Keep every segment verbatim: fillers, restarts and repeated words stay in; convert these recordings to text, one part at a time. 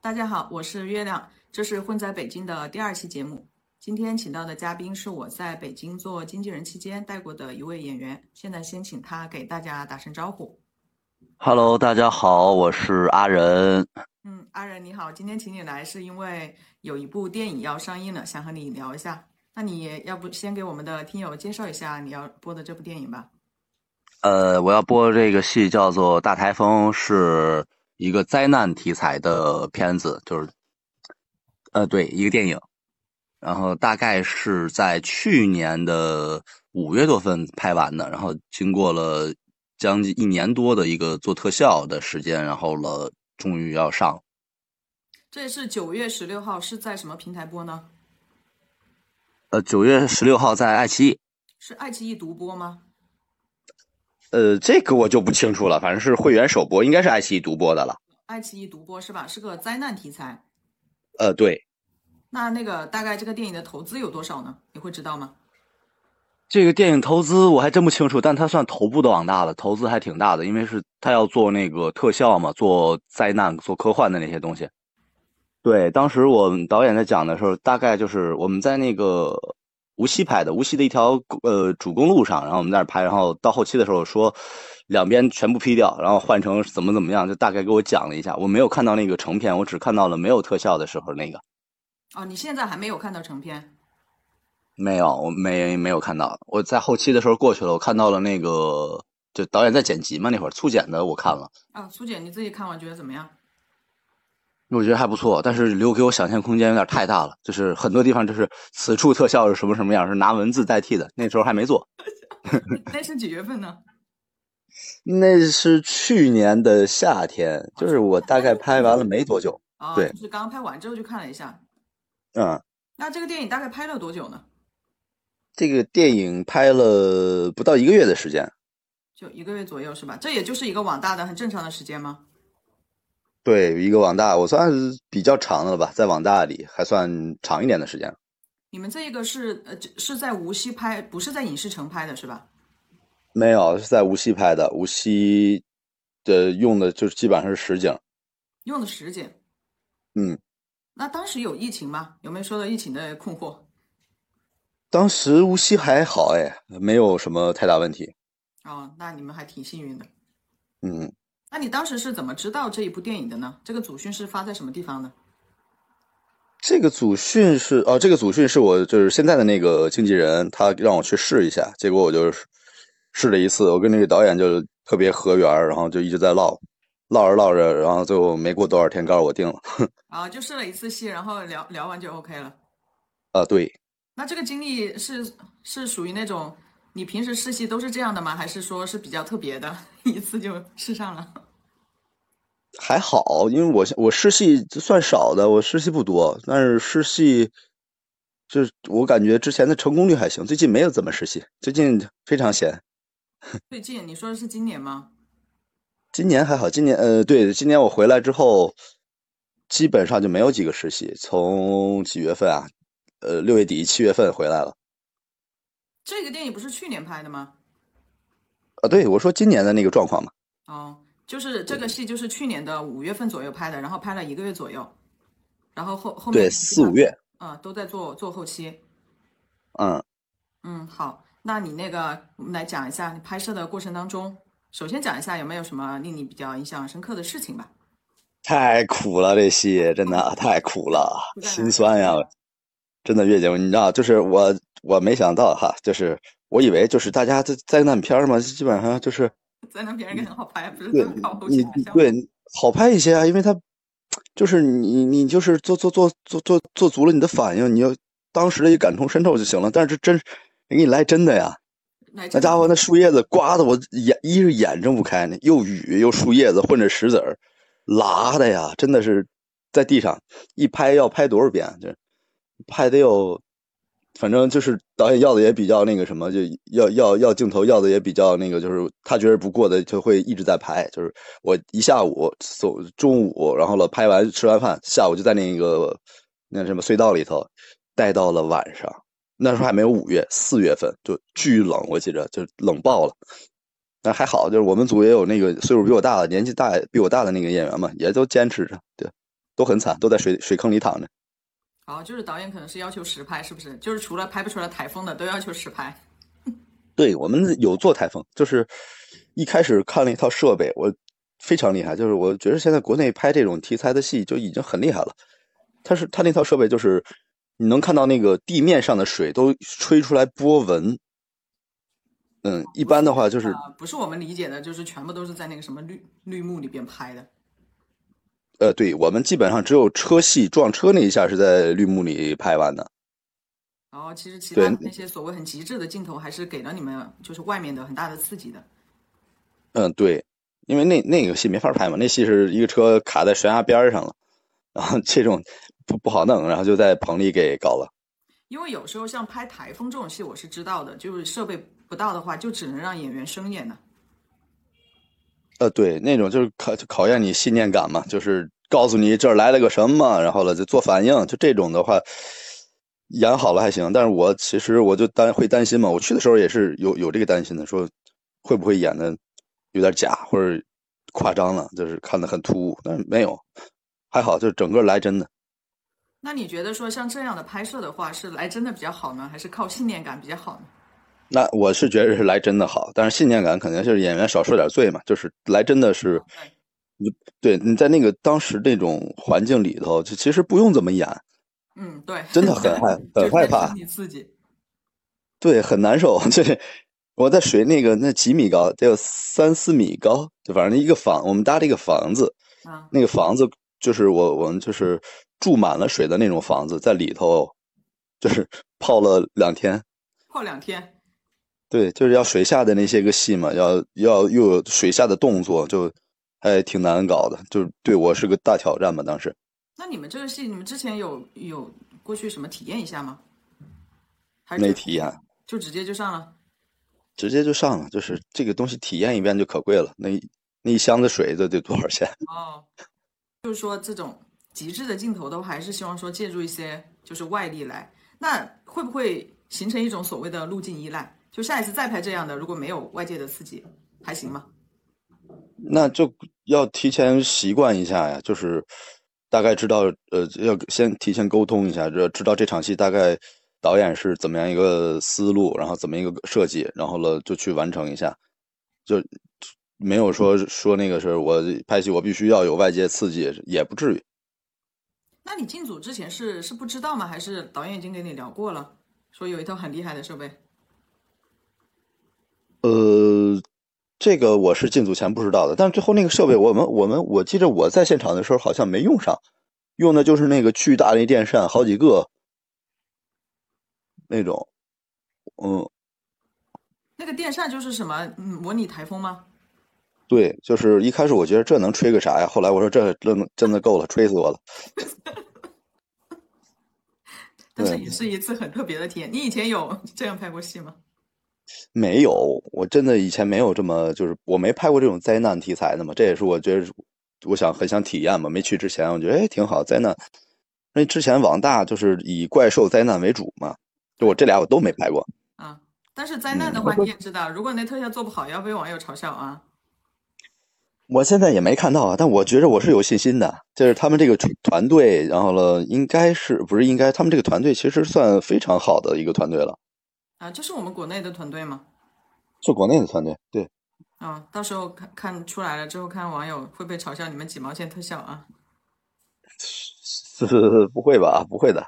大家好，我是月亮，这是混在北京的第二期节目。今天请到的嘉宾是我在北京做经纪人期间带过的一位演员，现在先请他给大家打声招呼。 Hello，大家好，我是阿仁。 嗯，阿仁你好，今天请你来是因为有一部电影要上映了，想和你聊一下。那你要不先给我们的听友介绍一下你要播的这部电影吧？ 呃，我要播这个戏叫做《大台风》，是一个灾难题材的片子，就是呃，对，一个电影。然后大概是在去年的五月多份拍完的，然后经过了将近一年多的一个做特效的时间，然后了，终于要上。 这也是九月十六号，是在什么平台播呢？ 呃，九月十六号在爱奇艺。 是爱奇艺独播吗？ 呃，这个我就不清楚了，反正是会员首播，应该是爱奇艺独播的了。 爱奇艺独播是吧？是个灾难题材。 呃，对。 那那个大概这个电影的投资有多少呢？你会知道吗？ 这个电影投资我还真不清楚，但它算头部的网大了，投资还挺大的，因为是他要做那个特效嘛，做灾难、做科幻的那些东西。对，当时我们导演在讲的时候，大概就是我们在那个无锡拍的，无锡的一条呃主公路上，然后我们在那拍，然后到后期的时候说两边全部劈掉，然后换成怎么怎么样，就大概给我讲了一下。我没有看到那个成片，我只看到了没有特效的时候那个。 哦，你现在还没有看到成片。 没有，我没没有看到。我在后期的时候过去了，我看到了那个，就导演在剪辑嘛，那会儿粗剪的我看了， 啊？苏姐，你自己看完觉得怎么样？ 我觉得还不错，但是留给我想象空间有点太大了，就是很多地方就是此处特效是什么什么样，是拿文字代替的，那时候还没做。 那那是几月份呢？ 那是去年的夏天， 啊， 就是我大概拍完了没多久。 啊， 对。 就是刚刚拍完之后去看了一下。 嗯， 那这个电影大概拍了多久呢？ 这个电影拍了不到一个月的时间。 就一个月左右是吧？这也就是一个网大的很正常的时间吗？ 对，一个网大，我算是比较长的了吧，在网大里还算长一点的时间。 你们这一个是呃是在无锡拍，不是在影视城拍的是吧？ 没有，是在无锡拍的，无锡的用的就是基本上是实景。 用的实景。 嗯， 那当时有疫情吗？有没有受到疫情的困惑？ 当时无锡还好，哎，没有什么太大问题。 哦，那你们还挺幸运的。 嗯， 那你当时是怎么知道这一部电影的呢？这个组讯是发在什么地方呢？ 这个组训是哦，这个组训是我就是现在的那个经纪人，他让我去试一下，结果我就试了一次，我跟那个导演就特别合缘，然后就一直在唠，唠着唠着，然后最后没过多少天，告诉我定了。 啊，就试了一次戏，然后聊聊完就 OK 了。 啊，对。 那这个经历是是属于那种你平时试戏都是这样的吗？还是说是比较特别的，一次就试上了？ 还好，因为我我试戏算少的，我试戏不多，但是试戏就是我感觉之前的成功率还行，最近没有怎么试戏，最近非常闲。 最近你说的是今年吗？ 今年还好，今年呃对，今年我回来之后，基本上就没有几个实习，从几月份啊？呃，六月底七月份回来了。 这个电影不是去年拍的吗？ 啊，对，我说今年的那个状况嘛。 哦，就是这个戏就是去年的五月份左右拍的，然后拍了一个月左右，然后后后面对， 基本上四五月。 嗯都在做做后期。 嗯。 嗯，好，那你那个我们来讲一下你拍摄的过程当中，首先讲一下有没有什么令你比较印象深刻的事情吧？ 太苦了，这戏真的太苦了， 就在哪里？ 心酸呀。真的月景，你知道，就是我我没想到哈，就是我以为就是大家在灾难片嘛，基本上就是灾难片应该很好拍，不是对都是靠后期你特效吗？ 对好拍一些啊，因为他就是你你就是做做做做做做足了你的反应，你要当时的一感同身受就行了。但是真人给你来真的呀， 来真的。 那家伙那树叶子刮的我眼一是眼睁不开呢，又雨又树叶子混着石子儿，拉的呀，真的是在地上一拍要拍多少遍，就拍得有，反正就是导演要的也比较那个什么，就要要要镜头要的也比较那个，就是他觉得不过的就会一直在拍，就是我一下午走中午，然后了拍完吃完饭，下午就在那个那什么隧道里头待到了晚上。那时候还没有五月，四月份就巨冷，我记着就冷爆了。但还好，就是我们组也有那个岁数比我大的、年纪大比我大的那个演员嘛，也都坚持着。对。 都很惨，都在水水坑里躺着。 哦，就是导演可能是要求实拍，是不是？就是除了拍不出来台风的，都要求实拍。 对，我们有做台风，就是一开始看了一套设备，我非常厉害，就是我觉得现在国内拍这种题材的戏就已经很厉害了。它是它那套设备就是你能看到那个地面上的水都吹出来波纹。嗯，一般的话就是啊、不是我们理解的，就是全部都是在那个什么绿绿幕里边拍的。 呃，对，我们基本上只有车戏撞车那一下是在绿幕里拍完的。 然后其实其他对， 的那些所谓很极致的镜头，还是给了你们就是外面的很大的刺激的。 嗯，对，因为那那个戏没法拍嘛，那戏是一个车卡在悬崖边上了，然后这种不不好弄，然后就在棚里给搞了。 因为有时候像拍台风这种戏，我是知道的，就是设备不到的话，就只能让演员生演了。 呃，对，那种就是考考验你信念感嘛，就是告诉你这儿来了个什么，然后了就做反应，就这种的话，演好了还行。但是我其实我就担会担心嘛，我去的时候也是有有这个担心的，说会不会演的有点假或者夸张了，就是看得很突兀。但是没有，还好，就整个来真的。 那你觉得说像这样的拍摄的话，是来真的比较好呢，还是靠信念感比较好呢？ 那我是觉得是来真的好，但是信念感肯定是演员少受点罪嘛，就是来真的是， 对， 你对你在那个当时那种环境里头，就其实不用怎么演， 嗯，对， 真的很害就很害怕， 看身体刺激。 对，很难受。就是我在水那个那几米高，得有三四米高，就反正一个房，我们搭了一个房子， 啊， 那个房子就是我我们就是住满了水的那种房子，在里头就是泡了两天。 泡两天。 对，就是要水下的那些个戏嘛，要要又有水下的动作，就还挺难搞的，就对我是个大挑战吧。当时那你们这个戏，你们之前有有过去什么体验一下吗？还是就没体验， 就直接就上了？ 直接就上了，就是这个东西体验一遍就可贵了，那一那一箱子水这得多少钱？ 哦，就是说这种极致的镜头的话，还是希望说借助一些就是外力来，那会不会形成一种所谓的路径依赖？就下一次再拍这样的，如果没有外界的刺激，还行吗？ 那就要提前习惯一下呀，就是大概知道，呃，要先提前沟通一下，这知道这场戏大概导演是怎么样一个思路，然后怎么一个设计，然后了就去完成一下，就没有说说那个是我拍戏我必须要有外界刺激，也不至于。 那你进组之前是是不知道吗？还是导演已经跟你聊过了，说有一套很厉害的设备？ 呃，这个我是进组前不知道的，但是最后那个设备，我们我们我记得我在现场的时候好像没用上，用的就是那个巨大的电扇，好几个那种，嗯， 那个电扇就是什么，嗯，模拟台风吗？ 对，就是一开始我觉得这能吹个啥呀，后来我说这真真的够了，吹死我了。 但是对， 也是一次很特别的体验。你以前有这样拍过戏吗？ 没有，我真的以前没有这么，就是我没拍过这种灾难题材的嘛，这也是我觉得我想很想体验嘛。没去之前，我觉得哎挺好，灾难。因为之前网大就是以怪兽灾难为主嘛，就我这俩我都没拍过。 啊，但是灾难嗯， 的话，你我说也知道，如果那特效做不好，要被网友嘲笑啊。 我现在也没看到啊，但我觉着我是有信心的，就是他们这个团队，然后了，应该是不是应该他们这个团队其实算非常好的一个团队了， 啊，这是我们国内的团队吗？ 是国内的团队，对。 啊，到时候看看出来了之后，看网友会不会嘲笑你们几毛钱特效啊？ 是不会吧？不会的，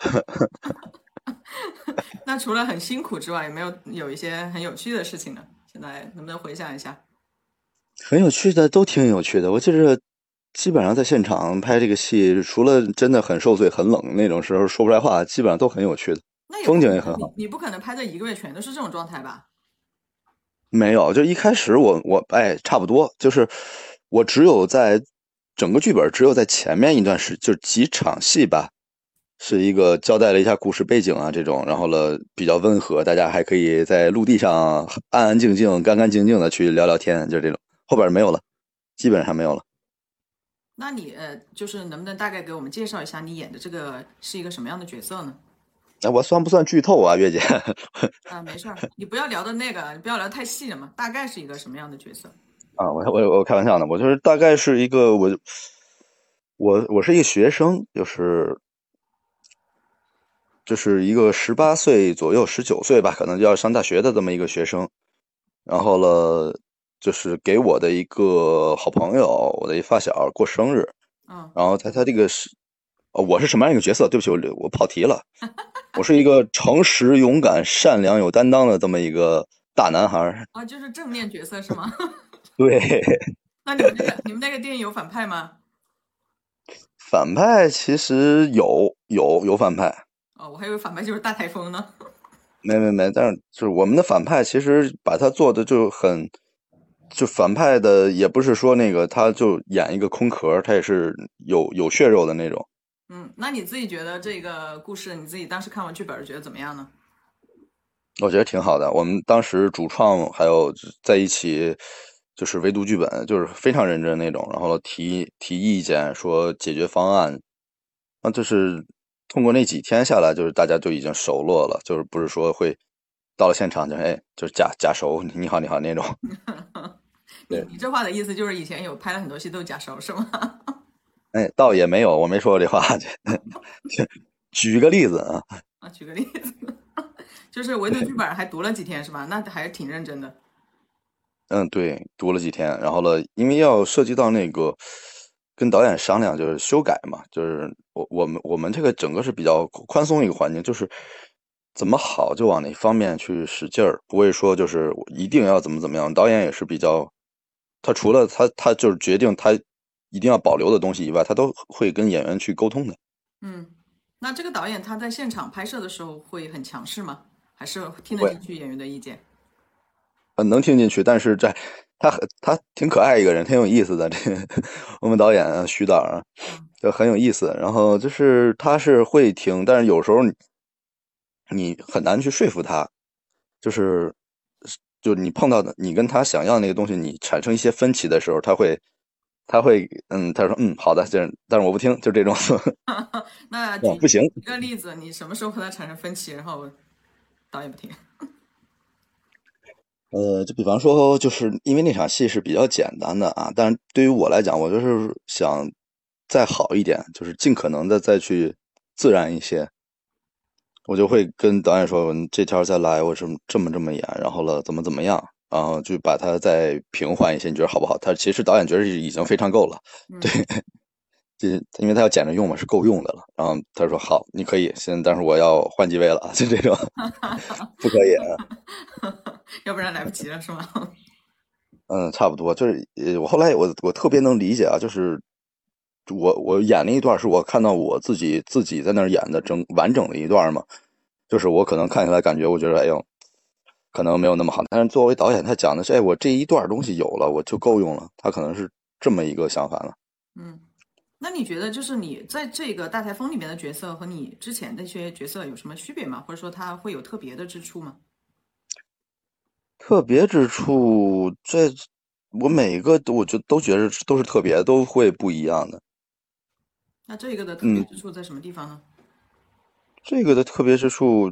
那除了很辛苦之外，有没有有一些很有趣的事情呢？现在能不能回想一下？ 很有趣的，都挺有趣的。我记着，基本上在现场拍这个戏，除了真的很受罪、很冷那种时候说不出来话，基本上都很有趣的，风那也不可能， 景也很好。 你你不可能拍这一个月全都是这种状态吧？ 没有，就一开始我我哎，差不多，就是我只有在整个剧本只有在前面一段时，就几场戏吧，是一个交代了一下故事背景啊这种，然后了比较温和，大家还可以在陆地上安安静静、干干净净的去聊聊天，就这种。后边没有了，基本上没有了。 那你呃，就是能不能大概给我们介绍一下你演的这个是一个什么样的角色呢？ 那我算不算剧透啊，月姐？ 啊，没事儿，你不要聊的那个，你不要聊太细了嘛，大概是一个什么样的角色？ 啊，我我我开玩笑呢，我就是大概是一个我我我是一个学生，就是就是一个十八岁左右，十九岁吧，可能就要上大学的这么一个学生。然后了，就是给我的一个好朋友，我的一发小过生日。 嗯， 然后他他这个是，哦，我是什么样一个角色？对不起，我我跑题了。我是一个诚实、勇敢、善良、有担当的这么一个大男孩。 啊，就是正面角色是吗？ 对， 那你们那个你们那个电影有反派吗？ 反派其实有有有反派。 哦，我还以为反派就是大台风呢。 没没没，但是就是我们的反派其实把他做的就很，就反派的也不是说那个他就演一个空壳，他也是有有血肉的那种。 嗯，那你自己觉得这个故事，你自己当时看完剧本觉得怎么样呢？ 我觉得挺好的。我们当时主创还有在一起，就是围读剧本，就是非常认真那种，然后提提意见，说解决方案。那就是通过那几天下来，就是大家就已经熟络了，就是不是说会到了现场就哎就是假假熟，你好你好那种。 你对， 你这话的意思就是以前有拍了很多戏都假熟是吗？ 哎，倒也没有，我没说过这话。举个例子啊。 啊，举个例子，就是围读剧本还读了几天是吧？那还是挺认真的。 嗯，对，读了几天，然后了，因为要涉及到那个跟导演商量，就是修改嘛，就是我我们我们这个整个是比较宽松一个环境，就是怎么好就往哪方面去使劲儿，不会说就是一定要怎么怎么样。导演也是比较，他除了他他就是决定他一定要保留的东西以外，他都会跟演员去沟通的。 嗯，那这个导演他在现场拍摄的时候会很强势吗？还是听得不会。 进去演员的意见？ 呃，能听进去，但是在他很他挺可爱一个人，挺有意思的。这个我们导演啊徐导啊， 嗯就很有意思。然后就是他是会听，但是有时候你你很难去说服他，就是就你碰到的，你跟他想要的那个东西，你产生一些分歧的时候，他会他会嗯，他说嗯好的，这但是我不听，就这种。 那举啊不行。 一个例子，你什么时候和他产生分歧，然后导演不听？ 呃，就比方说，就是因为那场戏是比较简单的啊，但是对于我来讲，我就是想再好一点，就是尽可能的再去自然一些。我就会跟导演说，我这条再来，我这么这么这么演，然后了怎么怎么样，然后就把它再平缓一些，你觉得好不好？他其实导演觉得已经非常够了。对， 嗯， 这因为他要捡着用嘛，是够用的了。然后他说好，你可以，现在但是我要换机位了，就这种。不可以。 要不然来不及了是吗？ 嗯，差不多，就是呃，我后来我我特别能理解啊，就是我我演那一段是我看到我自己自己在那儿演的整完整的一段嘛，就是我可能看起来感觉我觉得哎呦可能没有那么好，但是作为导演他讲的是哎我这一段东西有了我就够用了，他可能是这么一个想法了。 嗯，那你觉得就是你在这个大台风里面的角色和你之前的一些角色有什么区别吗？或者说他会有特别的之处吗？ 特别之处，这我每个都我觉得都觉得都是特别，都会不一样的。 那这个的特别嗯， 之处在什么地方呢？ 这个的特别之处，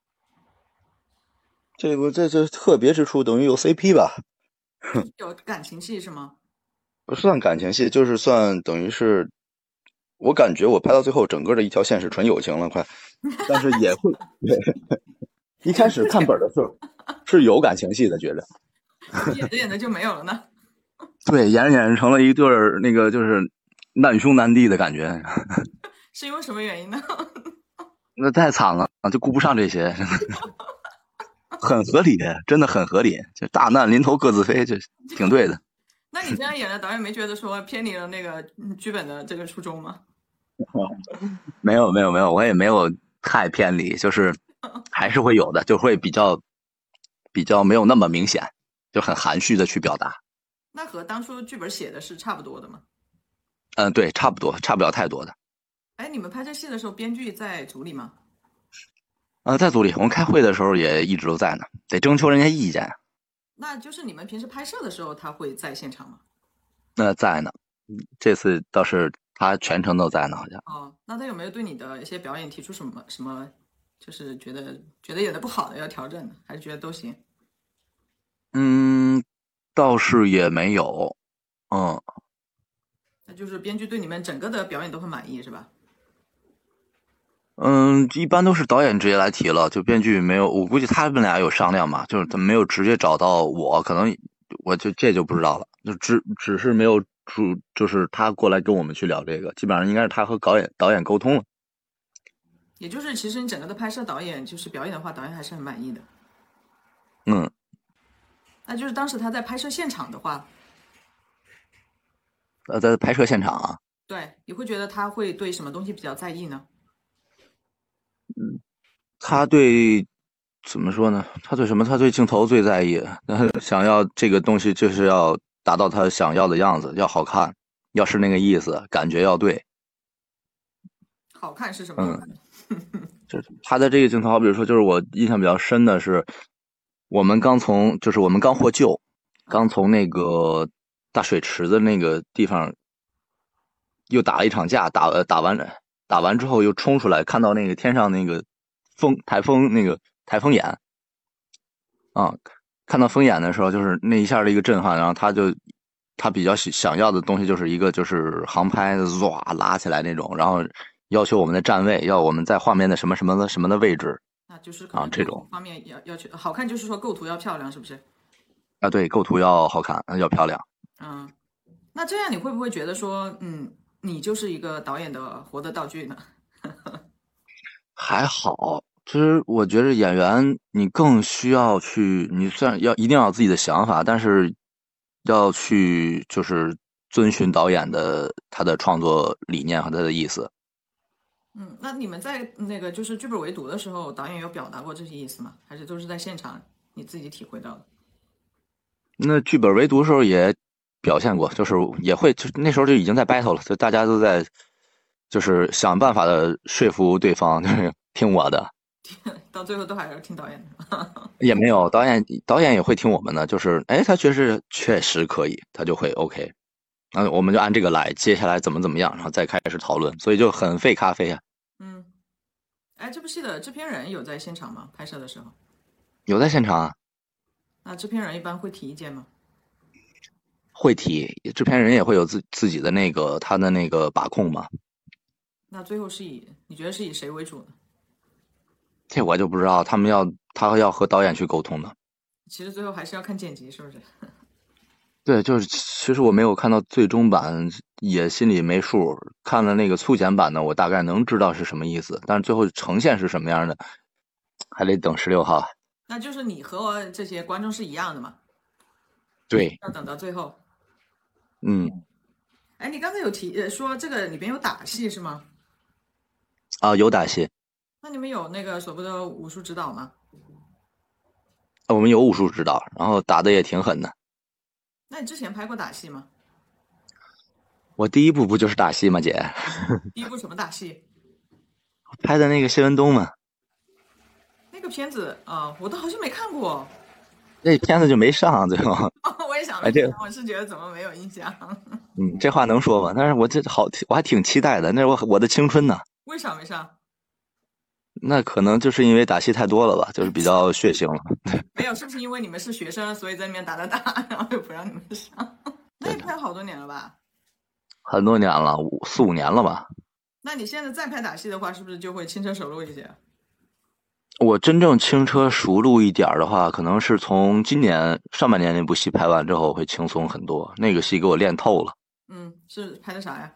这个这这特别之处等于有 C P 吧。 就是有感情戏是吗？ 不算感情戏，就是算等于是，我感觉我拍到最后，整个的一条线是纯友情了，快。但是也会，一开始看本的时候是有感情戏的，觉着。 怎么演着演着就没有了呢？ 对，演着演着成了一对儿那个就是难兄难弟的感觉。 是因为什么原因呢？ 那太惨了，就顾不上这些。很合理，真的很合理，就大难临头各自飞，就挺对的。 那你这样演的，导演没觉得说偏离了那个嗯剧本的这个初衷吗？ 没有没有没有，我也没有太偏离，就是还是会有的，就会比较比较没有那么明显，就很含蓄的去表达。 那和当初剧本写的是差不多的吗？ 嗯，对，差不多，差不了太多的。 哎，你们拍这戏的时候，编剧在组里吗？ 呃，在组里，我们开会的时候也一直都在呢，得征求人家意见。 那就是你们平时拍摄的时候，他会在现场吗？ 那在呢，这次倒是他全程都在呢，好像。 哦，那他有没有对你的一些表演提出什么什么，就是觉得觉得演的不好的要调整的，还是觉得都行？ 嗯，倒是也没有。嗯， 那就是编剧对你们整个的表演都很满意，是吧？ 嗯，一般都是导演直接来提了，就编剧没有，我估计他们俩有商量嘛，就是他没有直接找到我，可能我就这就不知道了，就只只是没有主，就是他过来跟我们去聊这个，基本上应该是他和导演导演沟通了。 也就是其实你整个的拍摄导演就是表演的话，导演还是很满意的。 嗯， 那就是当时他在拍摄现场的话， 呃，在拍摄现场啊， 对，你会觉得他会对什么东西比较在意呢？ 他对怎么说呢？他对什么？他对镜头最在意，想要这个东西就是要达到他想要的样子，要好看，要是那个意思，感觉要对。 好看是什么意嗯， 思？ 就是他的这个镜头，好比如说，就是我印象比较深的是，我们刚从，就是我们刚获救，刚从那个大水池的那个地方又打了一场架，打呃打完打完之后又冲出来，看到那个天上那个风台风那个台风眼啊，看到风眼的时候，就是那一下的一个震撼，然后他就他比较想想要的东西就是一个就是航拍唰拉起来那种，然后要求我们的站位，要我们在画面的什么什么的什么的位置那就是可啊， 能构图这种方面要要求好看，就是说构图要漂亮，是不是？ 啊，对，构图要好看，要漂亮。 嗯，那这样你会不会觉得说，嗯，你就是一个导演的活的道具呢？ 还好，其实我觉得演员你更需要去，你虽然要一定要有自己的想法，但是要去就是遵循导演的他的创作理念和他的意思。 嗯，那你们在那个就是剧本围读的时候，导演有表达过这些意思吗？还是都是在现场你自己体会到的？ 那剧本围读的时候也表现过，就是也会，就那时候就已经在 battle 了，就大家都在就是想办法的说服对方，就是听我的。 到最后都还是听导演的。 也没有导演，导演也会听我们的，就是哎，他确实确实可以，他就会 OK，然后我们就按这个来，接下来怎么怎么样，然后再开始讨论，所以就很费咖啡啊。 嗯，哎，这部戏的制片人有在现场吗？拍摄的时候， 有在现场啊， 那制片人一般会提意见吗？ 会提，制片人也会有自自己的那个他的那个把控嘛， 那最后是以你觉得是以谁为主呢？ 这我就不知道，他们要他要和导演去沟通的。 其实最后还是要看剪辑，是不是？ 对，就是其实我没有看到最终版，也心里没数。看了那个粗剪版的，我大概能知道是什么意思，但是最后呈现是什么样的，还得等十六号。 那就是你和我这些观众是一样的嘛， 对， 要等到最后。 嗯哎，你刚才有提呃说这个里边有打戏是吗？ 啊，有打戏， 那你们有那个所谓的武术指导吗？ 我们有武术指导，然后打的也挺狠的。 那你之前拍过打戏吗？ 我第一部不就是打戏吗，姐？ 第一部什么打戏？ 拍的那个谢文东嘛， 那个片子啊、呃我都好像没看过。 那片子就没上，最后。 我也想哎，这个， 我是觉得怎么没有印象？ 嗯，这话能说吗？但是我这好，我还挺期待的，那是我我的青春呢。 为啥没上？ 那可能就是因为打戏太多了吧，就是比较血腥了。 没有，是不是因为你们是学生，所以在那边打打打，然后就不让你们上？那也拍了好多年了吧？ 很多年了，五四五年了吧。 那你现在再拍打戏的话，是不是就会轻车熟路一些？ 我真正轻车熟路一点的话，可能是从今年上半年那部戏拍完之后会轻松很多。那个戏给我练透了。 嗯，是拍的啥呀？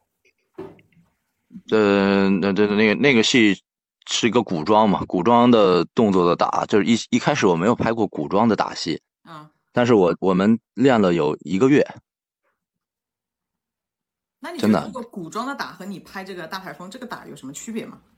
呃，那那那个那个戏是一个古装嘛，古装的动作的打，就是一一开始我没有拍过古装的打戏， 嗯， 但是我我们练了有一个月。 那你觉真的， 得这个古装的打和你拍这个大台风这个打有什么区别吗？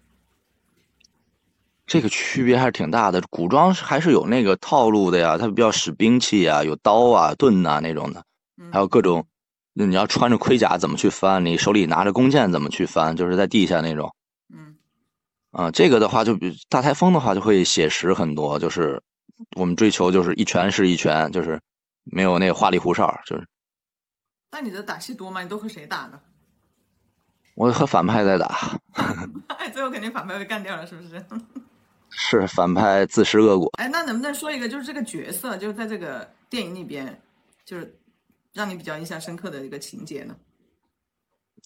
这个区别还是挺大的。古装还是有那个套路的呀，它比较使兵器啊，有刀啊、盾啊那种的，还嗯有各种，你要穿着盔甲怎么去翻，你手里拿着弓箭怎么去翻，就是在地下那种。 嗯， 啊，这个的话就比大台风的话就会写实很多，就是我们追求就是一拳是一拳，就是没有那个花里胡哨，就是那你的打戏多吗？你都和谁打呢？ 我和反派在打， 哎，最后肯定反派被干掉了，是不是？ 是反派自食恶果。 哎，那能不能说一个，就是这个角色，就是在这个电影里边，就是让你比较印象深刻的一个情节呢？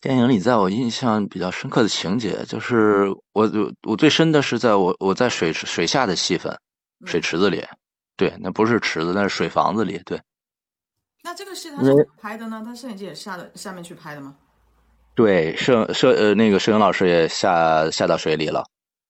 电影里在我印象比较深刻的情节，就是我我我最深的是在我我在水水下的戏份，水嗯， 池子里，对，那不是池子，那是水房子里，对， 那这个戏他因为是怎么拍的呢？他摄影机也下的下面去拍的吗？ 对摄摄呃那个摄影老师也下下到水里了，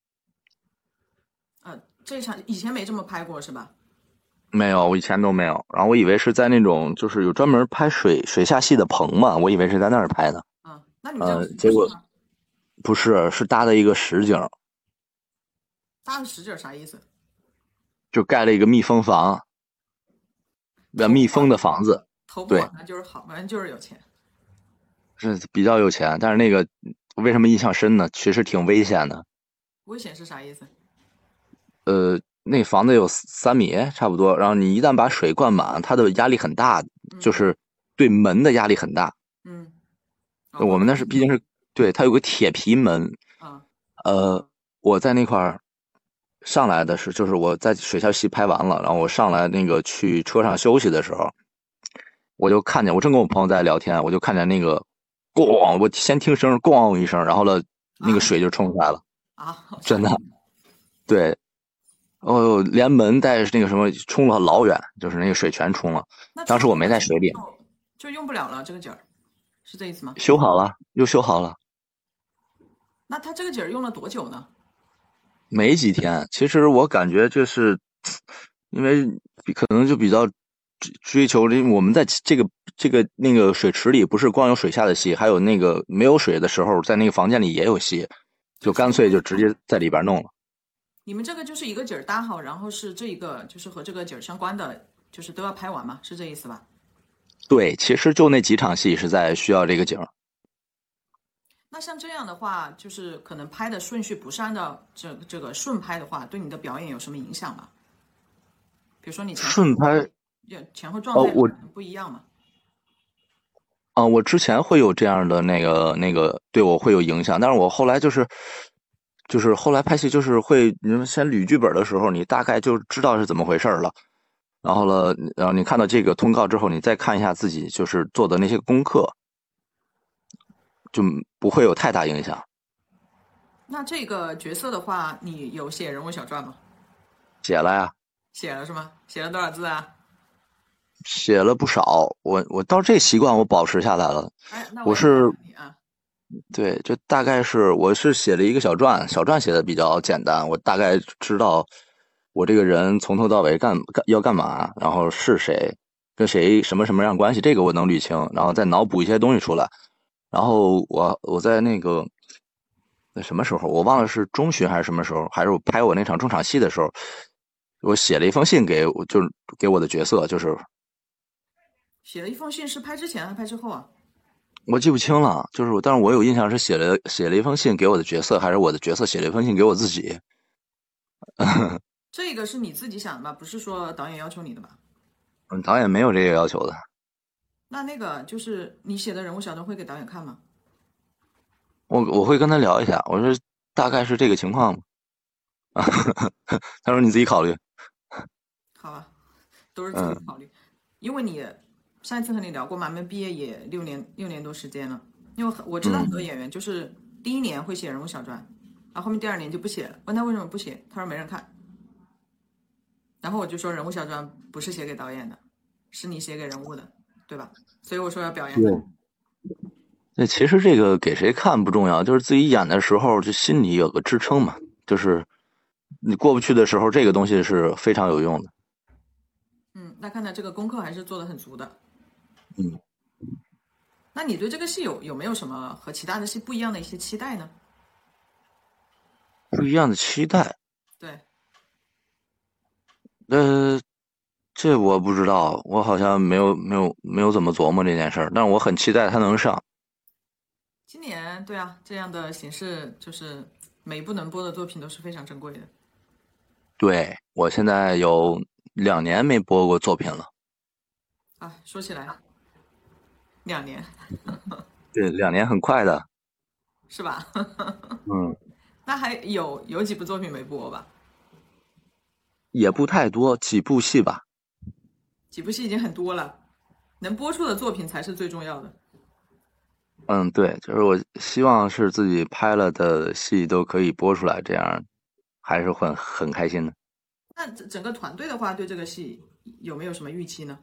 呃，这一场以前没这么拍过是吧？ 没有，我以前都没有，然后我以为是在那种就是有专门拍水水下戏的棚嘛，我以为是在那儿拍的， 啊，那你们这样呃， 是不结果是吗？ 不是，是搭的一个实景， 搭的实景啥意思？ 就盖了一个密封房，呃，密封头不稳， 的房子，对， 头不稳那就是好，反正就是有钱。 是比较有钱，但是那个为什么印象深呢？其实挺危险的。 危险是啥意思？ 呃，那房子有三米差不多，然后你一旦把水灌满，它的压力很大，就嗯是对门的压力很大。 嗯，啊，会我们那是毕竟是对它有个铁皮门， 啊呃，我在那块儿上来的是，就是我在水下戏拍完了，然后我上来那个去车上休息的时候，我就看见我正跟我朋友在聊天，我就看见那个咣，我先听声咣一声，然后了那个啊水就冲出来了， 啊！啥真的， 意思？ 对，哦，连门带那个什么冲了老远，就是那个水全冲了。 那当时我没冲了之后在水里， 就就用不了了，这个景儿是这意思吗？ 修好了，又修好了， 那他这个景儿用了多久呢？ 没几天。其实我感觉就是，因为可能就比较追追求，因为我们在这个这个那个水池里，不是光有水下的戏，还有那个没有水的时候，在那个房间里也有戏，就干就是脆就直接在里边弄了。 你们这个就是一个景儿搭好，然后是这一个就是和这个景儿相关的，就是都要拍完嘛，是这意思吧？ 对，其实就那几场戏是在需要这个景儿。 那像这样的话，就是可能拍的顺序不是按照这这个顺拍的话，对你的表演有什么影响吗？比如说你前后顺拍， 前后状哦，我态可能不一样嘛？ 啊，我之前会有这样的那个那个对我会有影响，但是我后来就是就是后来拍戏就是会，你们先捋剧本的时候，你大概就知道是怎么回事了。然后了，然后你看到这个通告之后，你再看一下自己就是做的那些功课，就不会有太大影响。 那这个角色的话，你有写人物小传吗？ 写了呀， 写了是吗？写了多少字啊？ 写了不少，我我到这习惯我保持下来了。 哎，那我也考我是你啊。 对，就大概是我是写了一个小传，小传写的比较简单，我大概知道我这个人从头到尾干干要干嘛，然后是谁，跟谁什么什么样关系，这个我能捋清，然后再脑补一些东西出来。然后我我在那个那什么时候，我忘了是中旬还是什么时候，还是我拍我那场中场戏的时候，我写了一封信给我，就是给我的角色，就是写了一封信是拍之前还是拍之后啊？ 我记不清了，就是我，但是我有印象是写了写了一封信给我的角色，还是我的角色写了一封信给我自己。 这个是你自己想的吧？不是说导演要求你的吧？ 嗯，导演没有这个要求的， 那那个就是你写的人物小传会给导演看吗？ 我我会跟他聊一下，我说大概是这个情况嘛。他说你自己考虑。 好吧，都是自己嗯考虑，因为你上一次和你聊过嘛，没毕业也六年六年多时间了。因为很我知道很多嗯， 演员就是第一年会写人物小传，然后后面第二年就不写了。问他为什么不写，他说没人看。然后我就说人物小传不是写给导演的，是你写给人物的，对吧？所以我说要表扬你。 对。那其实这个给谁看不重要，就是自己演的时候就心里有个支撑嘛，就是你过不去的时候，这个东西是非常有用的。 嗯，那看来这个功课还是做的很足的。 嗯， 那你对这个戏有有没有什么和其他的戏不一样的一些期待呢？ 不一样的期待， 对， 呃，这我不知道，我好像没有没有没有怎么琢磨这件事儿，但是我很期待它能上。 今年对啊，这样的形式就是每一部能播的作品都是非常珍贵的对，我现在有两年没播过作品了， 啊。说起来，两年对，两年很快的。 是吧？ 嗯， 那还有有几部作品没播吧？ 也不太多，几部戏吧。 几部戏已经很多了，能播出的作品才是最重要的。 嗯，对，就是我希望是自己拍了的戏都可以播出来，这样还是很很开心的。 那整整个团队的话，对这个戏有没有什么预期呢？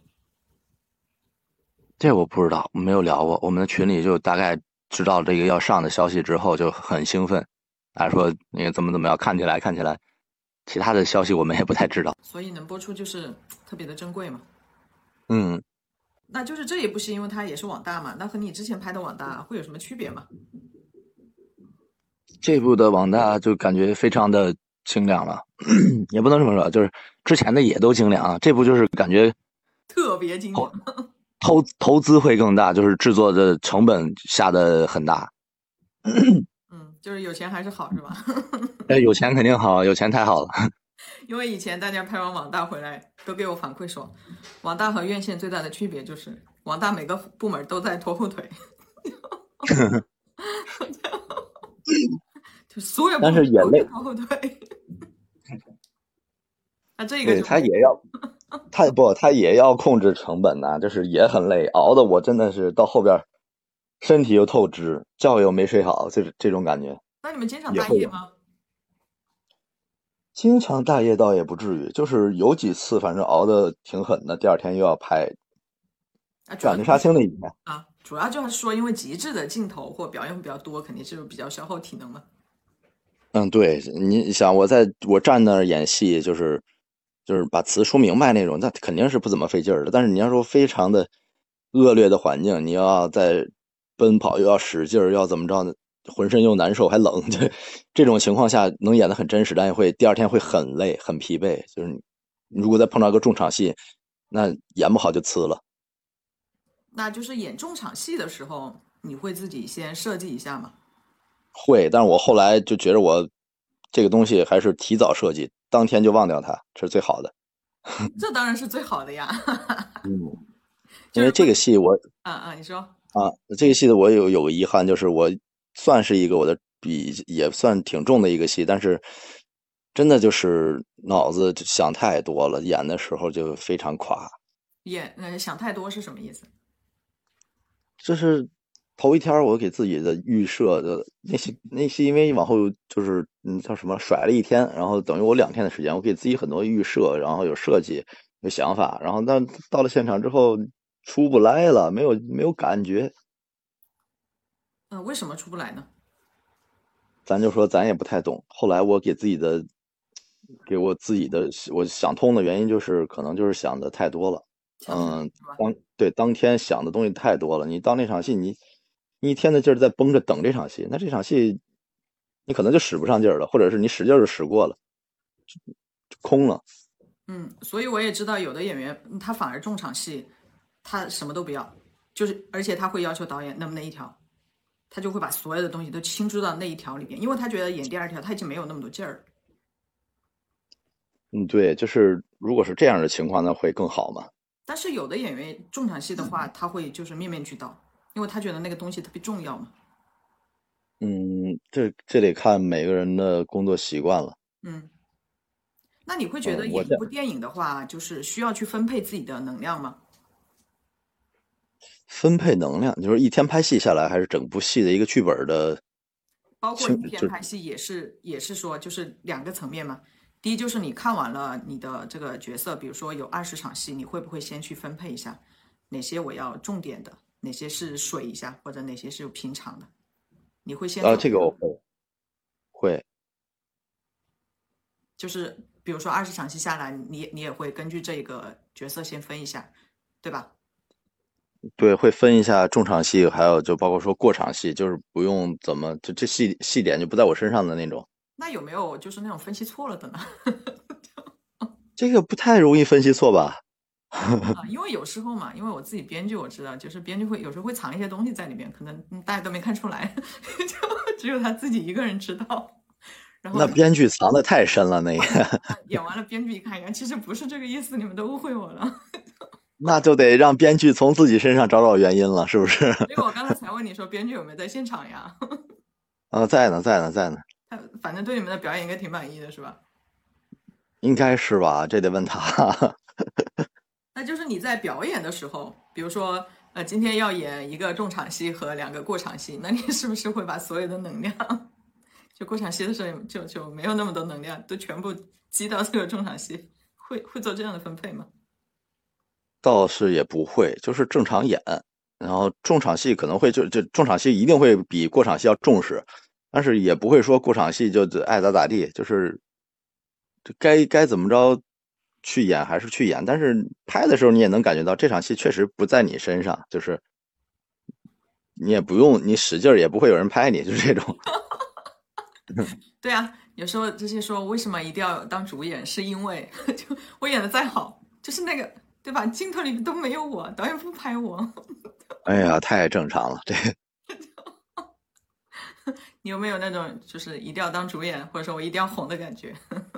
这我不知道，没有聊过。我们的群里就大概知道这个要上的消息之后就很兴奋，还说那个怎么怎么样，看起来看起来，其他的消息我们也不太知道。 所以能播出就是特别的珍贵嘛。 嗯， 那就是这一部戏，因为它也是网大嘛，那和你之前拍的网大会有什么区别吗？ 这部的网大就感觉非常的精良了，也不能这么说，就是之前的也都精良啊，这部就是感觉特别精良。 投投资会更大，就是制作的成本下的很大。 嗯，就是有钱还是好是吧？ 哎，有钱肯定好，有钱太好了。 因为以前大家拍完网大回来都给我反馈说，网大和院线最大的区别就是网大每个部门都在拖后腿，就所有部但门是也累， 都在拖后腿。那这个对就没他也要，他不，他也要控制成本呐、就是也很累，熬的我真的是到后边身体又透支，觉又没睡好，这这种感觉那你们经常也会有。 大夜吗？ 经常大夜倒也不至于，就是有几次反正熬的挺狠的，第二天又要拍， 啊，主要就是赶着杀青那一天。 啊，主要就是说，因为极致的镜头或表演会比较多，肯定是比较消耗体能的。 嗯，对，你想我在我站那儿演戏，就是就是把词说明白那种，那肯定是不怎么费劲儿的。但是你要说非常的恶劣的环境，你要在奔跑又要使劲儿，要怎么着呢？浑身又难受还冷，这这种情况下能演得很真实，但也会第二天会很累很疲惫。就是你如果再碰到一个重场戏，那演不好就呲了。 那就是演重场戏的时候，你会自己先设计一下吗？ 会，但是我后来就觉得我这个东西还是提早设计，当天就忘掉它，这是最好的。 这当然是最好的呀。 嗯，因为就是会， 这个戏我啊啊，你说。 啊，这个戏的我有有个遗憾，就是我算是一个我的笔也算挺重的一个戏，但是真的就是脑子想太多了，演的时候就非常垮。 演，呃，想太多是什么意思？ 就是头一天儿我给自己的预设的那些那是因为往后就是嗯叫什么甩了一天，然后等于我两天的时间，我给自己很多预设，然后有设计有想法，然后但到了现场之后出不来了，没有没有感觉。 呃，为什么出不来呢？ 咱就说咱也不太懂。后来我给自己的，给我自己的，我想通的原因就是可能就是想的太多了。 想太多嗯， 是吧？ 当对当天想的东西太多了，你到那场戏你，你一天的劲儿在绷着等这场戏，那这场戏你可能就使不上劲儿了，或者是你使劲儿就使过了，就空了。 嗯，所以我也知道有的演员嗯他反而重场戏，他什么都不要，就是而且他会要求导演那么那一条，他就会把所有的东西都倾注到那一条里边，因为他觉得演第二条他已经没有那么多劲儿了。 嗯，对，就是如果是这样的情况，那会更好嘛。 但是有的演员重场戏的话，他会就是面面俱到，因为他觉得那个东西特别重要嘛。 嗯，这这得看每个人的工作习惯了。 嗯，那你会觉得嗯，我这演一部电影的话，就是需要去分配自己的能量吗？ 分配能量，就是一天拍戏下来，还是整部戏的一个剧本的清， 包括一天就拍戏也是也是说就是两个层面嘛。第一就是你看完了你的这个角色，比如说有二十场戏，你会不会先去分配一下哪些我要重点的，哪些是水一下，或者哪些是平常的？你会先啊， 做这个， 这个我会会， 就是比如说二十场戏下来，你你也会根据这个角色先分一下，对吧？ 对，会分一下重场戏，还有就包括说过场戏，就是不用怎么就这细细点就不在我身上的那种， 那有没有就是那种分析错了的呢？ 这个不太容易分析错吧？ 啊，因为有时候嘛，因为我自己编剧我知道，就是编剧会有时候会藏一些东西在里面，可能嗯大家都没看出来，就只有他自己一个人知道。然后那编剧藏的太深了，那个演完了，编剧一看，原来其实不是这个意思，你们都误会我了。 那就得让编剧从自己身上找找原因了，是不是？ 所以我刚才才问你说，编剧有没有在现场呀？ 啊，在呢，在呢，在呢， 他反正对你们的表演应该挺满意的，是吧？ 应该是吧？这得问他。 那就是你在表演的时候，比如说呃，今天要演一个重场戏和两个过场戏，那你是不是会把所有的能量，就过场戏的时候就就没有那么多能量，都全部积到这个重场戏？会会做这样的分配吗？ 倒是也不会，就是正常演，然后重场戏可能会就就重场戏一定会比过场戏要重视，但是也不会说过场戏就爱咋咋地，就是该该怎么着去演还是去演，但是拍的时候你也能感觉到这场戏确实不在你身上，就是你也不用你使劲儿也不会有人拍你，就是这种。 对啊，有时候这些说为什么一定要当主演，是因为就我演的再好，就是那个对吧？镜头里面都没有我，导演不拍我。 哎呀，太正常了，这你有没有那种就是一定要当主演，或者说我一定要红的感觉？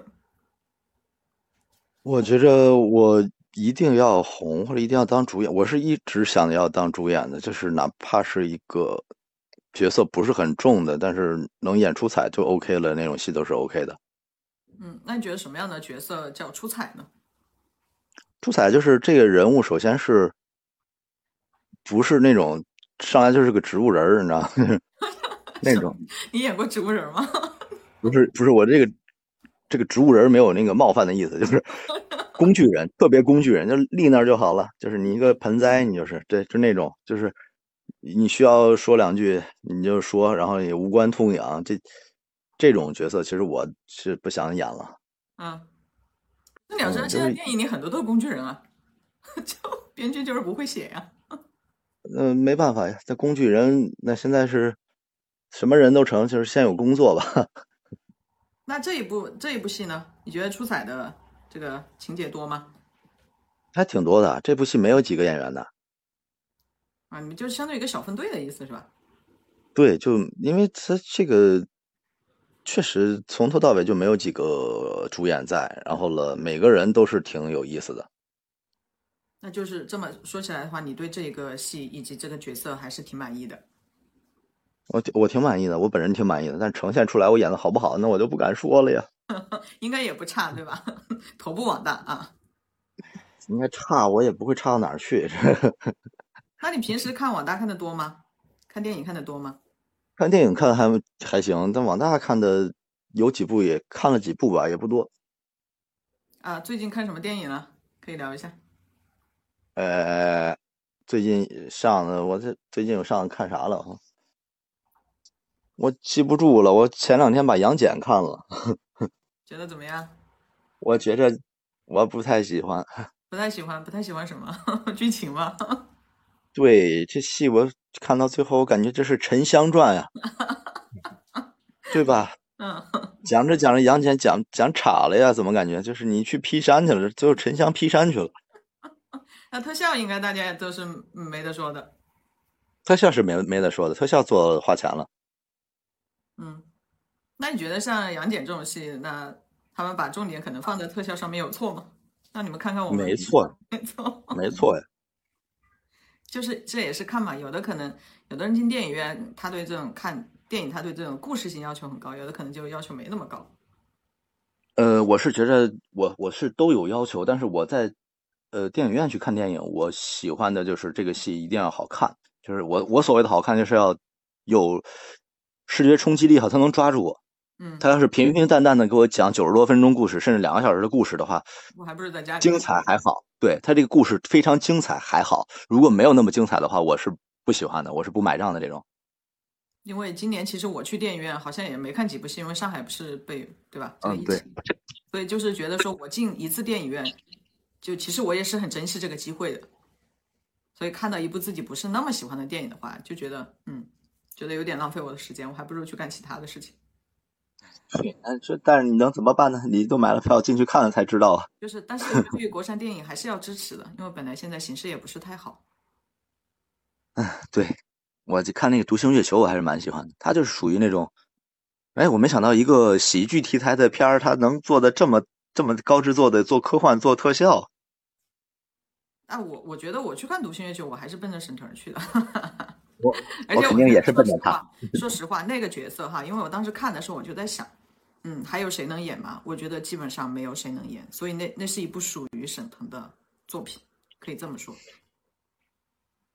我觉着我一定要红或者一定要当主演，我是一直想要当主演的，就是哪怕是一个角色不是很重的，但是能演出彩就 OK 了，那种戏都是 OK 的。 嗯，那你觉得什么样的角色叫出彩呢？ 出彩就是这个人物首先是不是那种上来就是个植物人儿，你知道吗？那什么？ 种你演过植物人吗？ 不是不是我这个这个植物人没有那个冒犯的意思，就是工具人，特别工具人，就立那儿就好了。就是你一个盆栽，你就是对，就那种，就是你需要说两句你就说，然后也无关痛痒。这这种角色其实我是不想演了。 嗯，那你要知道， 嗯，就是现在电影里很多都是工具人啊，就编剧就是不会写呀、 嗯、呃没办法呀，这工具人那现在是什么人都成，就是先有工作吧。 那这一部这一部戏呢？你觉得出彩的这个情节多吗？ 还挺多的。这部戏没有几个演员的。 啊，你们就是相当于一个小分队的意思是吧？ 对，就因为他这个确实从头到尾就没有几个主演在，然后了，每个人都是挺有意思的。 那就是这么说起来的话，你对这个戏以及这个角色还是挺满意的。 我我挺满意的，我本人挺满意的，但呈现出来我演的好不好，那我就不敢说了呀。 应该也不差，对吧？头部网大啊。 应该差，我也不会差到哪儿去。 那你平时看网大看的多吗？看电影看的多吗？ 看电影看还还行，但网大看的有几部也看了几部吧，也不多。 啊，最近看什么电影了？可以聊一下。 呃，最近上的我这最近有上看啥了？我记不住了。我前两天把杨戬看了， 觉得怎么样？ 我觉着我不太喜欢。 不太喜欢，不太喜欢什么剧情吗？ 对，这戏我看到最后，我感觉这是沉香传呀，对吧？ 嗯， 讲着讲着杨戬讲讲岔了呀，怎么感觉就是你去劈山去了，最后沉香劈山去了。 那特效应该大家都是没得说的。 特效是没没得说的，特效做花钱了。 嗯，那你觉得像杨戬这种戏，那他们把重点可能放在特效上面有错吗？那你们看看我们， 没错， 没错， 没错呀。 就是这也是看嘛。有的可能有的人进电影院，他对这种看电影，他对这种故事性要求很高，有的可能就要求没那么高。 呃，我是觉着我我是都有要求，但是我在呃电影院去看电影，我喜欢的就是这个戏一定要好看，就是我我所谓的好看就是要有视觉冲击力好，它能抓住我。 嗯， 他要是平平淡淡的给我讲九十多分钟故事，甚至两个小时的故事的话， 我还不如在家里精看。 彩还好。对，他这个故事非常精彩还好，如果没有那么精彩的话，我是不喜欢的，我是不买账的这种。 因为今年其实我去电影院好像也没看几部戏，因为上海不是被对吧这个嗯，对， 疫情，所以就是觉得说我进一次电影院，就其实我也是很珍惜这个机会的。所以看到一部自己不是那么喜欢的电影的话，就觉得嗯，觉得有点浪费我的时间，我还不如去干其他的事情。 嗯，这但是你能怎么办呢？你都买了票进去看了才知道啊。 就是，但是我对于国产电影还是要支持的，因为本来现在形势也不是太好。 对，我就看那个《独行月球》，我还是蛮喜欢的。它就是属于那种，哎，我没想到一个喜剧题材的片儿，它能做的这么这么高制作的，做科幻、做特效。 那我我觉得我去看《独行月球》，我还是奔着沈腾去的。 我而我肯定也且我觉得， 是奔着他。 说实话，说实话，那个角色哈，因为我当时看的时候，我就在想，嗯，还有谁能演吗？我觉得基本上没有谁能演，所以那那是一部属于沈腾的作品，可以这么说。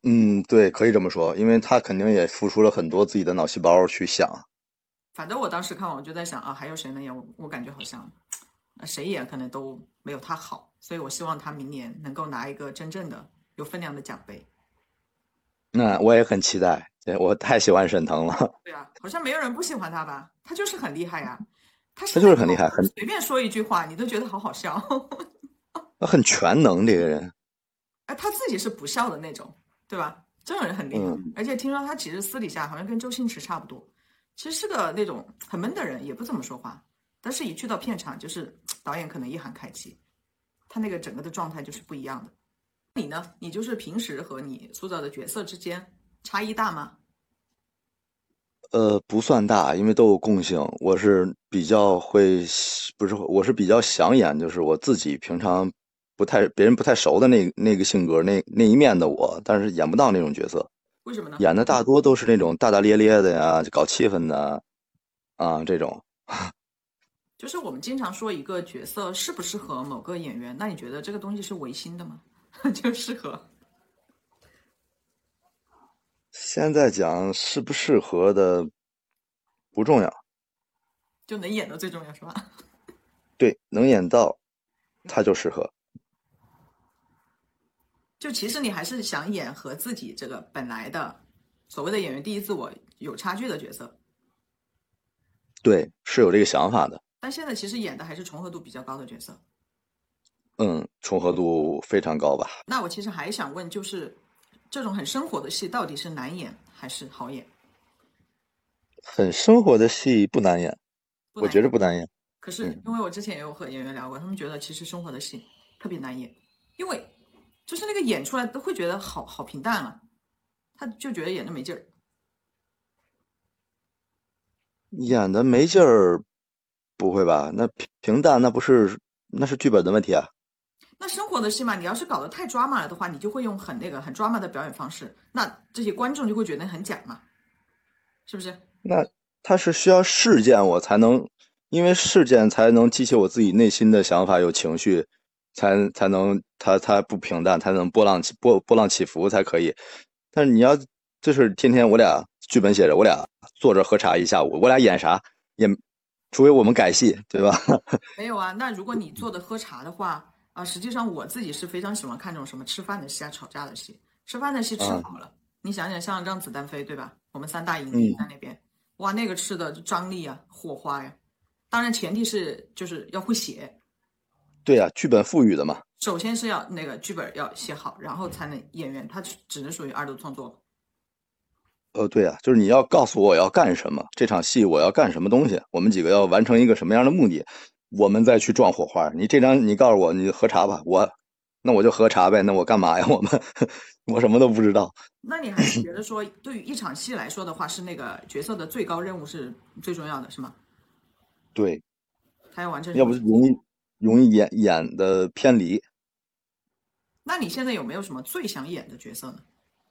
嗯，对，可以这么说，因为他肯定也付出了很多自己的脑细胞去想。 反正我当时看完，我就在想啊，还有谁能演？我我感觉好像，呃谁演可能都没有他好，所以我希望他明年能够拿一个真正的有分量的奖杯。 那我也很期待，对，我太喜欢沈腾了。 对啊，好像没有人不喜欢他吧？他就是很厉害呀，他他是那就是很厉害，很种随便说一句话，你都觉得好好笑。 他很全能这个人。 哎，他自己是不笑的那种，对吧？这种人很厉害， 嗯， 而且听说他其实私底下好像跟周星驰差不多，其实是个那种很闷的人，也不怎么说话，但是一去到片场，就是导演可能一喊开机，他那个整个的状态就是不一样的。你呢？你就是平时和你塑造的角色之间差异大吗？ 呃，不算大，因为都有共性。我是比较会，不是，我是比较想演，就是我自己平常不太别人不太熟的那那个性格那那一面的我，但是演不到那种角色， 为什么呢？ 演的大多都是那种大大咧咧的呀，搞气氛的啊这种。 就是我们经常说一个角色适不适合某个演员，那你觉得这个东西是唯心的吗？就适合， 现在讲适不适合的不重要， 就能演的最重要，是吧？ 对，能演到他就适合。 就其实你还是想演和自己这个本来的所谓的演员第一自我有差距的角色， 对，是有这个想法的。 但现在其实演的还是重合度比较高的角色。 嗯，重合度非常高吧。 那我其实还想问，就是这种很生活的戏到底是难演还是好演？ 很生活的戏不难演，我不难演。 觉得不难演。 可是嗯， 因为我之前也有和演员聊过，他们觉得其实生活的戏特别难演，因为就是那个演出来都会觉得好好平淡啊，他就觉得演的没劲儿。 演的没劲儿，不会吧？那平平淡，那不是那是剧本的问题啊。 那生活的戏嘛，你要是搞得太抓马了的话，你就会用很那个很抓马的表演方式，那这些观众就会觉得很假嘛，是不是？ 那它是需要事件我才能，因为事件才能激起我自己内心的想法，有情绪，才才能它它不平淡，才能波浪起波波浪起伏才可以。但是你要就是天天我俩剧本写着，我俩坐着喝茶一下午，我俩演啥也，除非我们改戏，对吧？ 没有啊。那如果你做的喝茶的话，啊、实际上我自己是非常喜欢看这种什么吃饭的戏啊、吵架的戏。吃饭的戏吃啊， 好了，你想想像《让子弹飞》对吧？我们三大影帝嗯， 在那边，哇，那个吃的张力啊、火花呀。当然前提是就是要会写， 对呀、剧本赋予的嘛。 首先是要那个剧本要写好，然后才能演员，他只能属于二度创作。 呃，对啊，就是你要告诉我我要干什么，这场戏我要干什么东西，我们几个要完成一个什么样的目的，我们再去撞火花。你这张你告诉我，你喝茶吧，我那我就喝茶呗，那我干嘛呀？我们我什么都不知道。 那你还是觉得说，对于一场戏来说的话，是那个角色的最高任务是最重要的，是吗？ 对， 他要完成什要么？ 不容易容易演演的偏离。 那你现在有没有什么最想演的角色呢？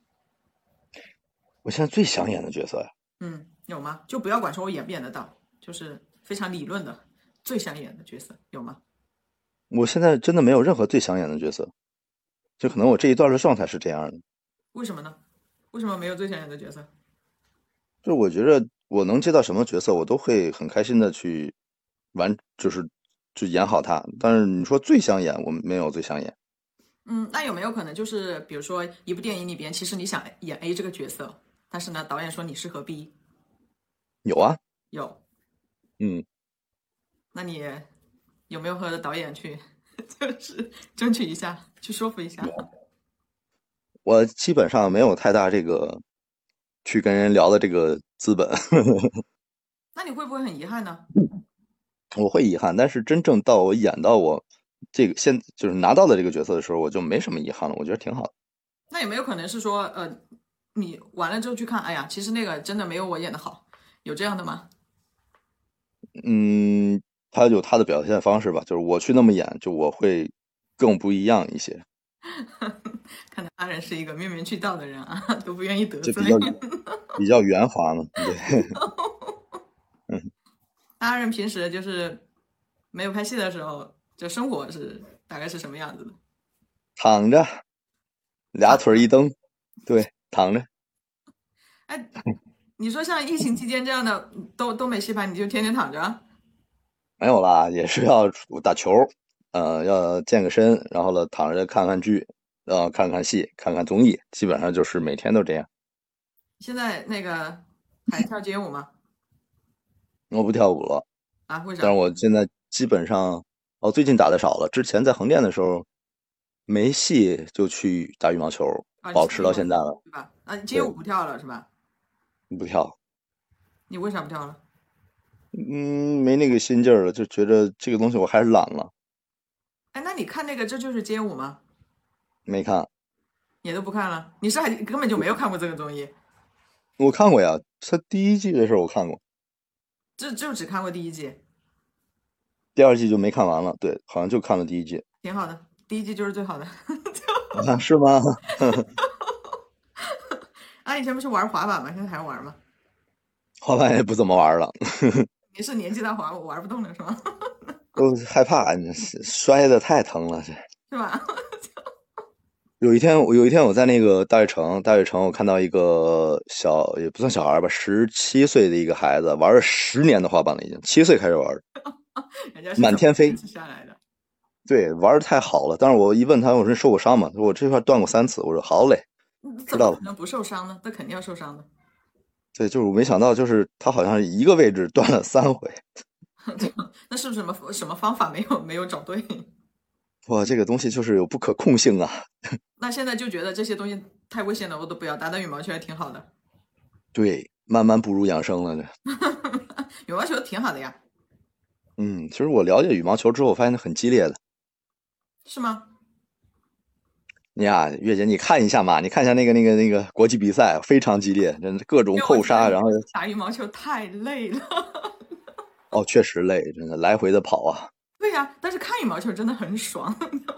我现在最想演的角色呀， 嗯，有吗？就不要管说我演不演得到，就是非常理论的最想演的角色有吗？ 我现在真的没有任何最想演的角色，就可能我这一段的状态是这样的， 为什么呢？为什么没有最想演的角色？ 就是我觉得我能接到什么角色，我都会很开心的去完，就是就演好它。但是你说最想演，我没有最想演。 嗯，那有没有可能就是比如说一部电影里边，其实你想演 A 这个角色，但是呢导演说你适合 B， 有啊， 有， 嗯， 那你有没有和导演去就是争取一下，去说服一下？ 我基本上没有太大这个去跟人聊的这个资本。 那你会不会很遗憾呢？ 我会遗憾，但是真正到我演到我这个现就是拿到的这个角色的时候，我就没什么遗憾了，我觉得挺好的。 那有没有可能是说，呃，你完了之后去看，哎呀，其实那个真的没有我演的好，有这样的吗？ 嗯，他有他的表现方式吧，就是我去那么演，就我会更不一样一些， 看来阿仁是一个面面俱到的人啊，都不愿意得罪。 就比较比较圆滑嘛。对，嗯， 阿仁平时就是没有拍戏的时候，就生活是大概是什么样子的？ 躺着俩腿一蹬， 对，躺着。 哎，你说像疫情期间这样的都都没戏拍，你就天天躺着？ 没有啦，也是要打球，呃，要健个身，然后呢，躺着看看剧，然后看看戏，看看综艺，基本上就是每天都这样。 现在那个还跳街舞吗？ 我不跳舞了， 啊，为但是啥？ 我现在基本上，哦，最近打的少了。之前在横店的时候，没戏就去打羽毛球， 啊，你保去打羽毛球持到现在了。 对吧？啊，街对， 舞不跳了是吧？ 不跳， 你为啥不跳了？ 嗯，没那个心劲儿了，就觉得这个东西我还是懒了， 哎，那你看那个《这就是街舞》吗？ 没看。 也都不看了？你是还根本就没有看过这个综艺？ 我看过呀，他第一季的时候我看过， 就就只看过第一季， 第二季就没看完了。对，好像就看了第一季。 挺好的，第一季就是最好的。 啊，是吗？ 啊，以前不是玩滑板吗？现在还玩吗？ 滑板也不怎么玩了， 你是年纪大滑，我玩不动了是吗？ 都害怕，你摔的太疼了。这是吧？ 有一天，我有一天我在那个大悦城，大悦城我看到一个小也不算小孩吧，十七岁的一个孩子，玩了十年的滑板了，已经七岁开始玩， 人家是怎么满天飞。 坚持下来的？ 对，玩的太好了。但是我一问他，我说受过伤吗？他说我这块断过三次。我说好嘞， 嗯怎么知道了。 可能不受伤呢？那肯定要受伤的。 对，就是我没想到，就是他好像是一个位置断了三回。 那是不是什么什么方法没有没有找对？ 哇，这个东西就是有不可控性啊。 那现在就觉得这些东西太危险了，我都不要。打打羽毛球还挺好的， 对，慢慢步入养生了这。 羽毛球挺好的呀， 嗯，其实我了解羽毛球之后，我发现它很激烈的。 是吗？ 你呀，月姐，你看一下嘛，你看一下那个那个那个国际比赛，非常激烈，真的各种因为我扣杀， 觉得羽然后打羽毛球太累了。 哦，确实累，真的来回的跑啊。 对呀，但是看羽毛球真的很爽。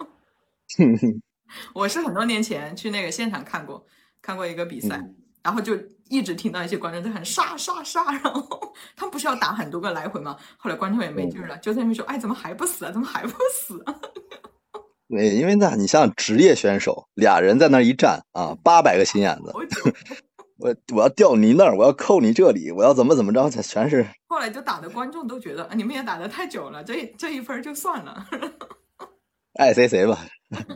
我是很多年前去那个现场看过，看过一个比赛， 嗯， 然后就一直听到一些观众在喊杀杀杀，然后他们不是要打很多个来回吗？后来观众也没劲儿了，就在那边说：“哎，怎么还不死啊？怎么还不死啊对，因为那你像职业选手，俩人在那儿一站啊，八百个心眼子， 好久。” 我我要吊你那儿，我要扣你这里，我要怎么怎么着，这全是后来就打的观众都觉得，啊，你们也打得太久了，这这一分就算了。 爱谁谁吧。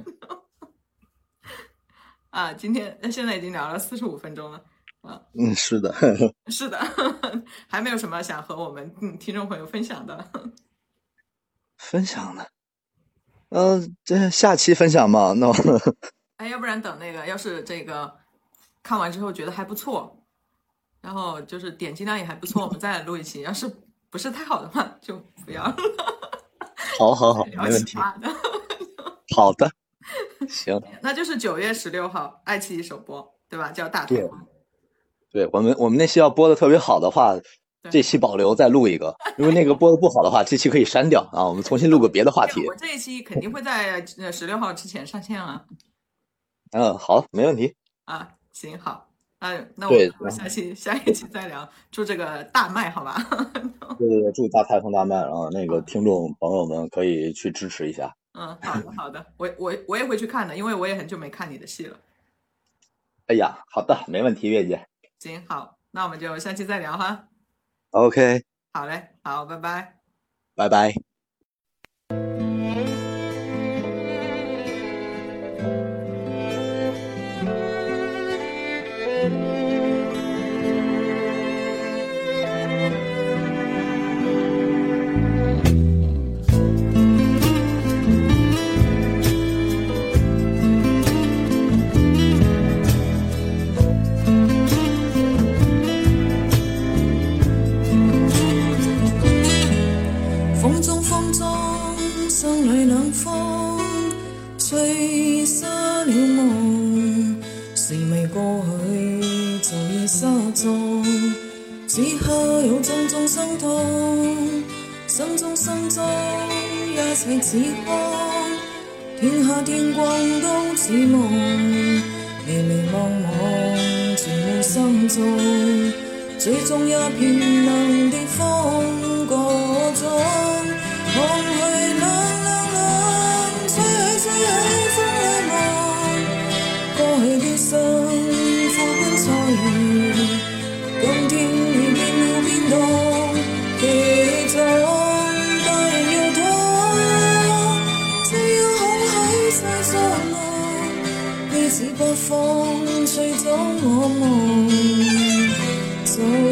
啊，今天现在已经聊了四十五分钟了，啊， 嗯，是的。 是的，还没有什么想和我们嗯听众朋友分享的。 分享呢，嗯、呃，这下期分享吧。那我哎，要不然等那个，要是这个看完之后觉得还不错，然后就是点击量也还不错，我们再来录一期。要是不是太好的话，就不要了， 好好好， 聊没问题。 其他的。 好的，行。 那就是九月十六号爱奇艺首播，对吧？叫《大台对湾》。 对，我们我们那期要播的特别好的话， 对， 这期保留再录一个；如果那个播的不好的话，这期可以删掉啊，我们重新录个别的话题。 我这一期肯定会在呃十六号之前上线啊。 嗯，好，没问题。 啊，行好，嗯，那我们对， 我下期下一期再聊，祝这个大卖好吧？ 对对，祝大台风大卖，然后那个好， 听众朋友们可以去支持一下。 嗯，好的好的，我我我也会去看的，因为我也很久没看你的戏了。 哎呀，好的，没问题，月姐。 行好，那我们就下期再聊哈。 OK， 好嘞，好，拜拜。 拜拜。 风中风中，生里兩方，吹失了夢，是未過去就已失蹤。此刻有種種心痛，心中心中一切似空，天下天光都似夢，迷迷惘惘全無心中，最終一片冷的風過中，空虛冷冷冷，吹起吹起風裏夢，過去的心。 似播放吹走我夢，早